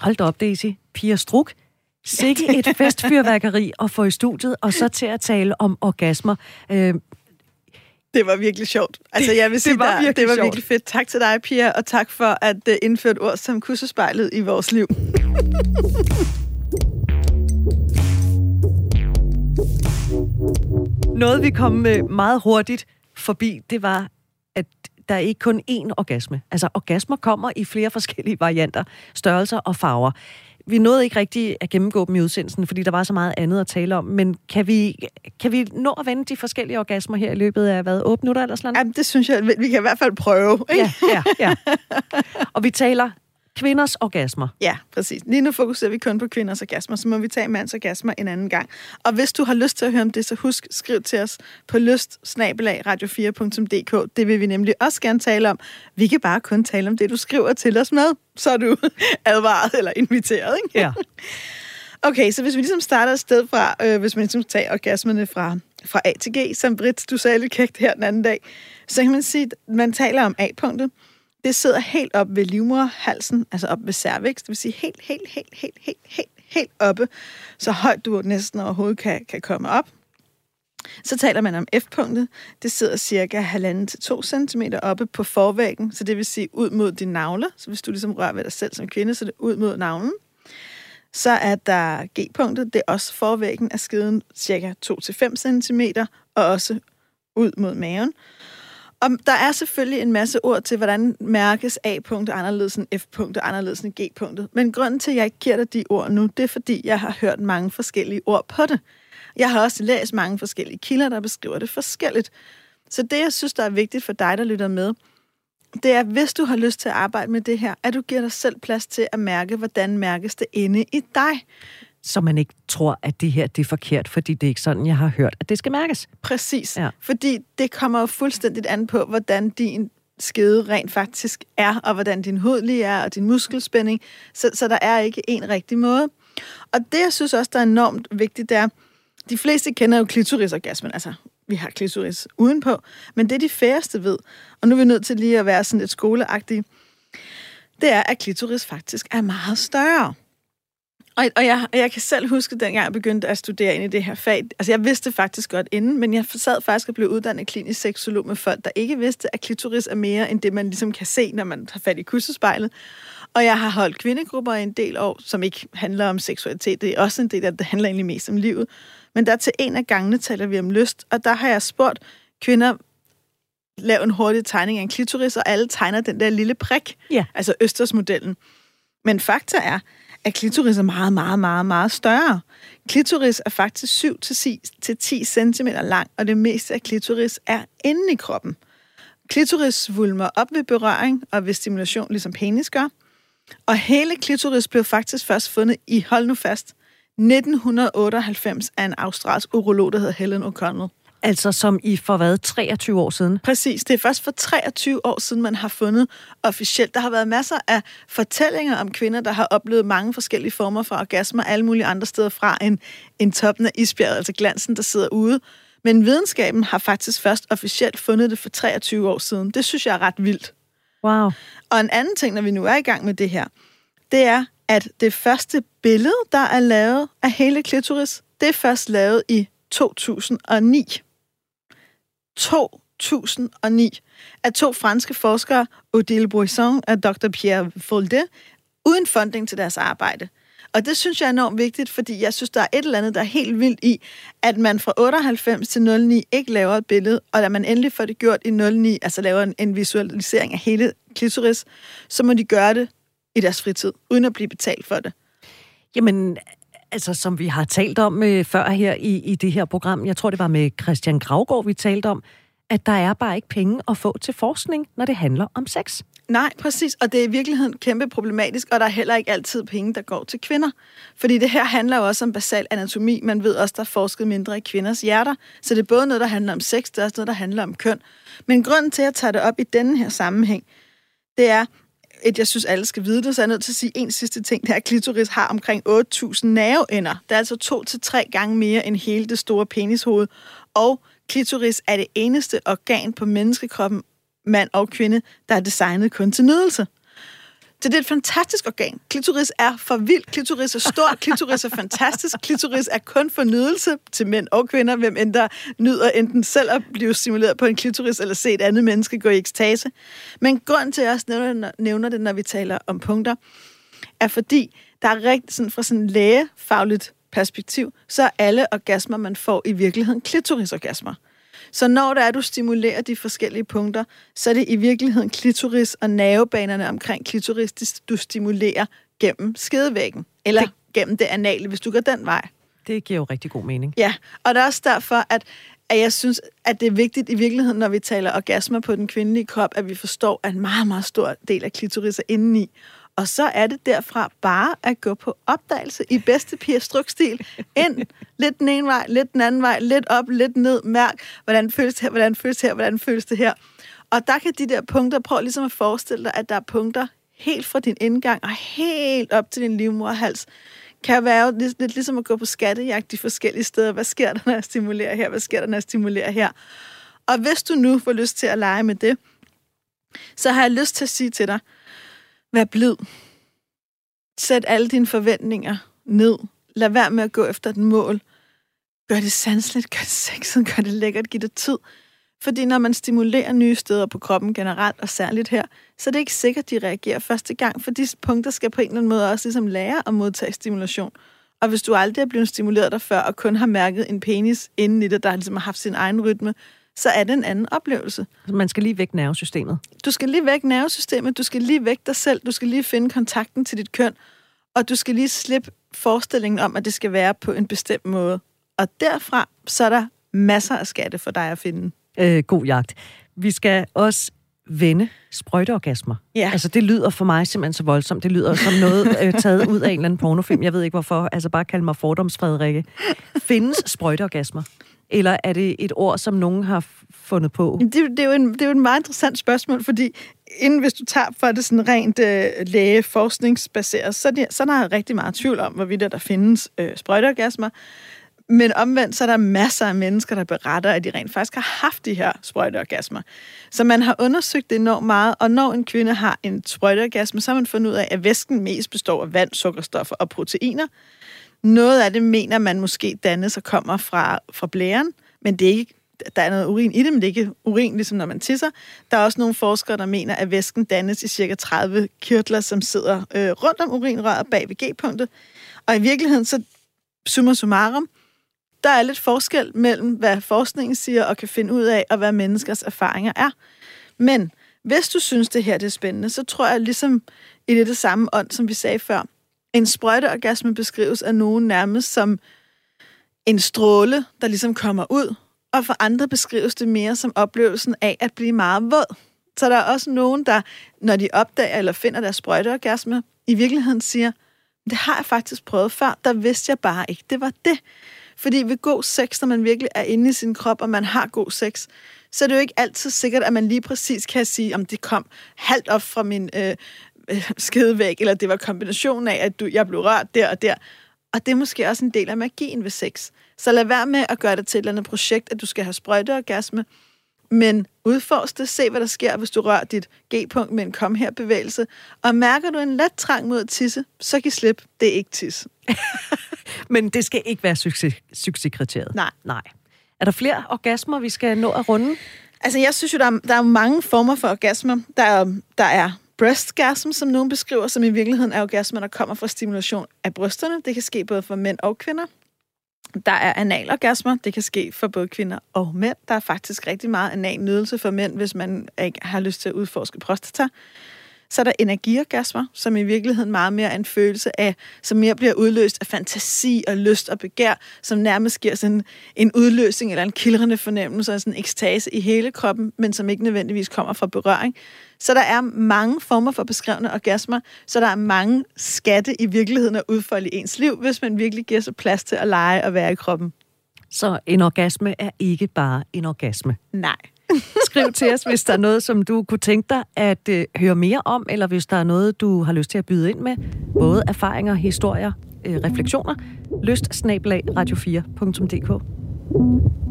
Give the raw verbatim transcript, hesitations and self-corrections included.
Hold da op, Daisy. Pia Struk. Sikke et festfyrværkeri at få i studiet, og så til at tale om orgasmer. Øh, Det var virkelig sjovt. Altså, jeg vil sige, det var, der, virkelig, det var sjovt. virkelig fedt. Tak til dig, Pia, og tak for at uh, indføre et ord som kussespejlet i vores liv. Noget, vi kom med meget hurtigt forbi, det var, at der er ikke kun én orgasme. Altså, orgasmer kommer i flere forskellige varianter, størrelser og farver. Vi nåede ikke rigtig at gennemgå dem i udsendelsen, fordi der var så meget andet at tale om. Men kan vi, kan vi nå at vende de forskellige orgasmer her i løbet af, hvad, otte minutter eller sådan noget? Jamen, det synes jeg, vi kan i hvert fald prøve. Ikke? Ja, ja, ja. Og vi taler kvinders orgasmer. Ja, præcis. Lige nu fokuserer vi kun på kvinders orgasmer, så må vi tage mands orgasmer en anden gang. Og hvis du har lyst til at høre om det, så husk, skriv til os på lyst snabel-a radio fire punktum d k. Det vil vi nemlig også gerne tale om. Vi kan bare kun tale om det, du skriver til os med, så er du advaret eller inviteret, ikke? Ja. Okay, så hvis vi ligesom starter et sted fra, øh, hvis man ligesom tager orgasmerne fra, fra A til G, som Britt, du sagde lidt kægt her den anden dag, så kan man sige, at man taler om A-punktet. Det sidder helt op ved livmoderhalsen, altså op ved cervix, det vil sige helt, helt, helt, helt, helt, helt, helt oppe, så højt du næsten overhovedet kan, kan komme op. Så taler man om F-punktet. Det sidder cirka halvanden til to centimeter oppe på forvæggen, så det vil sige ud mod din navle. Så hvis du ligesom rører ved dig selv som kvinde, så er det ud mod navlen. Så er der G-punktet, det er også forvæggen af skeden cirka to til fem centimeter, og også ud mod maven. Og der er selvfølgelig en masse ord til, hvordan mærkes A-punktet anderledes end F-punktet, anderledes end G-punktet. Men grunden til, at jeg ikke giver dig de ord nu, det er, fordi jeg har hørt mange forskellige ord på det. Jeg har også læst mange forskellige kilder, der beskriver det forskelligt. Så det, jeg synes, der er vigtigt for dig, der lytter med, det er, hvis du har lyst til at arbejde med det her, at du giver dig selv plads til at mærke, hvordan mærkes det inde i dig. Så man ikke tror, at det her det er forkert, fordi det er ikke sådan, jeg har hørt, at det skal mærkes. Præcis. Ja. Fordi det kommer jo fuldstændigt an på, hvordan din skede rent faktisk er, og hvordan din hud lige er, og din muskelspænding. Så, så der er ikke en rigtig måde. Og det, jeg synes også, der er enormt vigtigt, det er, de fleste kender jo klitorisorgasmen, altså vi har klitoris udenpå, men det de færreste ved, og nu er vi nødt til lige at være sådan lidt skoleagtige, det er, at klitoris faktisk er meget større. Og, og jeg, jeg kan selv huske, dengang jeg begyndte at studere ind i det her fag, altså jeg vidste faktisk godt inden, men jeg sad faktisk og blev uddannet klinisk seksolog med folk, der ikke vidste, at klitoris er mere end det, man ligesom kan se, når man tager fat i kussespejlet. Og jeg har holdt kvindegrupper i en del år, som ikke handler om seksualitet. Det er også en del af det, handler egentlig mest om livet. Men der til en af gangene taler vi om lyst, og der har jeg spurgt kvinder, lav en hurtig tegning af en klitoris, og alle tegner den der lille prik, ja. Altså Østersmodellen. Men fakta er, at klitoris er meget, meget, meget, meget større. Klitoris er faktisk syv til ti centimeter lang, og det meste af klitoris er inde i kroppen. Klitoris svulmer op ved berøring og ved stimulation, ligesom penis gør. Og hele klitoris blev faktisk først fundet i, hold nu fast, nitten otteoghalvfems af en australsk urolog, der hedder Helen O'Connell. Altså som i for hvad, treogtyve år siden? Præcis. Det er først for treogtyve år siden, man har fundet officielt. Der har været masser af fortællinger om kvinder, der har oplevet mange forskellige former for orgasmer, alle mulige andre steder fra en, en toppen af isbjerget, altså glansen, der sidder ude. Men videnskaben har faktisk først officielt fundet det for treogtyve år siden. Det synes jeg er ret vildt. Wow. Og en anden ting, når vi nu er i gang med det her, det er, at det første billede, der er lavet af hele klitoris, det er først lavet i to tusind og ni. to tusind og ni af to franske forskere, Odile Bouisson og doktor Pierre Foldet, uden funding til deres arbejde. Og det synes jeg er enormt vigtigt, fordi jeg synes, der er et eller andet, der er helt vildt i, at man fra otteoghalvfems til nul ni ikke laver et billede, og da man endelig får det gjort i nul ni, altså laver en, en visualisering af hele klitoris, så må de gøre det i deres fritid, uden at blive betalt for det. Jamen, altså som vi har talt om øh, før her i, i det her program, jeg tror det var med Christian Gravgaard, vi talte om, at der er bare ikke penge at få til forskning, når det handler om sex. Nej, præcis, og det er i virkeligheden kæmpe problematisk, og der er heller ikke altid penge, der går til kvinder. Fordi det her handler jo også om basal anatomi. Man ved også, der er forsket mindre i kvinders hjerter, så det er både noget, der handler om sex, det er også noget, der handler om køn. Men grunden til, at jeg tager det op i denne her sammenhæng, det er, at jeg synes, alle skal vide det, så jeg er nødt til at sige en sidste ting, det er, at klitoris har omkring otte tusind nerveender. Det er altså to til tre gange mere end hele det store penishoved. Og klitoris er det eneste organ på menneskekroppen, mand og kvinde, der er designet kun til nydelse. Så det er et fantastisk organ. Klitoris er for vild, klitoris er stor, klitoris er fantastisk, klitoris er kun for nydelse til mænd og kvinder, hvem end der nyder enten selv at blive stimuleret på en klitoris, eller se et andet menneske gå i ekstase. Men grunden til, at jeg også nævner, nævner det, når vi taler om punkter, er fordi, der er rigtig sådan, fra sådan lægefagligt perspektiv, så er alle orgasmer, man får i virkeligheden klitorisorgasmer. Så når der er, du stimulerer de forskellige punkter, så er det i virkeligheden klitoris og nervebanerne omkring klitoris, du stimulerer gennem skedevæggen, eller det, gennem det anale, hvis du går den vej. Det giver jo rigtig god mening. Ja, og det er også derfor, at, at jeg synes, at det er vigtigt i virkeligheden, når vi taler orgasmer på den kvindelige krop, at vi forstår, at en meget, meget stor del af klitoris er indeni. Og så er det derfra bare at gå på opdagelse i bedste Pia Struk-stil. Ind, lidt den ene vej, lidt den anden vej, lidt op, lidt ned, mærk, hvordan føles det her, hvordan føles det her, hvordan føles det her. Og der kan de der punkter, prøv ligesom at forestille dig, at der er punkter helt fra din indgang og helt op til din livmoderhals, kan være jo lidt, lidt ligesom at gå på skattejagt de forskellige steder. Hvad sker der, når jeg stimulerer her? Hvad sker der, når jeg stimulerer her? Og hvis du nu får lyst til at lege med det, så har jeg lyst til at sige til dig, vær blid. Sæt alle dine forventninger ned. Lad være med at gå efter et mål. Gør det sanseligt, gør det sexet, gør det lækkert, giv det tid. Fordi når man stimulerer nye steder på kroppen generelt, og særligt her, så er det ikke sikkert, de reagerer første gang, for de punkter skal på en eller anden måde også ligesom lære at modtage stimulation. Og hvis du aldrig er blevet stimuleret der før, og kun har mærket en penis inden i det, der ligesom har haft sin egen rytme, så er det en anden oplevelse. Man skal lige væk nervesystemet. Du skal lige væk nervesystemet, du skal lige væk dig selv, du skal lige finde kontakten til dit køn, og du skal lige slippe forestillingen om, at det skal være på en bestemt måde. Og derfra, så er der masser af skatte for dig at finde. Øh, god jagt. Vi skal også vende sprøjteorgasmer. Ja. Altså, det lyder for mig simpelthen så voldsomt. Det lyder som noget øh, taget ud af en eller anden pornofilm. Jeg ved ikke hvorfor. Altså, bare kald mig fordomsfrederikke. Findes sprøjteorgasmer? Eller er det et ord, som nogen har fundet på? Det, det, er jo en, det er jo et meget interessant spørgsmål, fordi inden hvis du tager for det sådan rent øh, lægeforskningsbaseret, så, det, så er der rigtig meget tvivl om, hvorvidt der findes øh, sprøjteorgasmer. Men omvendt, så er der masser af mennesker, der beretter, at de rent faktisk har haft de her sprøjteorgasmer. Så man har undersøgt det enormt meget, og når en kvinde har en sprøjteorgasme, så har man fundet ud af, at væsken mest består af vand, sukkerstoffer og proteiner. Noget af det mener man måske dannes og kommer fra, fra blæren, men det er ikke, der er noget urin i det, men det er ikke urin, ligesom når man tisser. Der er også nogle forskere, der mener, at væsken dannes i cirka tredive kirtler, som sidder øh, rundt om urinrøret bag ved G-punktet. Og i virkeligheden, så summa summarum, der er lidt forskel mellem, hvad forskningen siger og kan finde ud af, og hvad menneskers erfaringer er. Men hvis du synes, det her det er spændende, så tror jeg ligesom i det, det samme ånd, som vi sagde før, en sprøjteorgasme beskrives af nogen nærmest som en stråle, der ligesom kommer ud, og for andre beskrives det mere som oplevelsen af at blive meget våd. Så der er også nogen, der, når de opdager eller finder deres sprøjteorgasme, i virkeligheden siger, det har jeg faktisk prøvet før, der vidste jeg bare ikke, det var det. Fordi ved god sex, når man virkelig er inde i sin krop, og man har god sex, så er det jo ikke altid sikkert, at man lige præcis kan sige, om det kom halvt op fra min øh, skedevæg, eller det var kombinationen af, at du, jeg blev rørt der og der. Og det er måske også en del af magien ved sex. Så lad være med at gøre det til et eller andet projekt, at du skal have sprøjteorgasme, men udforsk det, se hvad der sker, hvis du rører dit G-punkt med en kom her bevægelse, og mærker du en let trang mod at tisse, så giv slip, det er ikke tis. Men det skal ikke være succes, succeskriteriet. Nej. Nej. Er der flere orgasmer, vi skal nå at runde? Altså, jeg synes jo, der er, der er mange former for orgasmer. Der er, der er breastgasm, som nogen beskriver, som i virkeligheden er orgasmer, der kommer fra stimulation af brysterne. Det kan ske både for mænd og kvinder. Der er analorgasmer. Det kan ske for både kvinder og mænd. Der er faktisk rigtig meget anal nydelse for mænd, hvis man ikke har lyst til at udforske prostata. Så er der energiorgasmer, som i virkeligheden meget mere er en følelse af, som mere bliver udløst af fantasi og lyst og begær, som nærmest giver sådan en udløsning eller en kildrende fornemmelse og sådan en ekstase i hele kroppen, men som ikke nødvendigvis kommer fra berøring. Så der er mange former for beskrevne orgasmer, så der er mange skatte i virkeligheden at udfolde i ens liv, hvis man virkelig giver sig plads til at lege og være i kroppen. Så en orgasme er ikke bare en orgasme? Nej. Skriv til os, hvis der er noget, som du kunne tænke dig at øh, høre mere om, eller hvis der er noget, du har lyst til at byde ind med. Både erfaringer, historier, øh, refleksioner. lyst snabel-a radio fire punktum d k.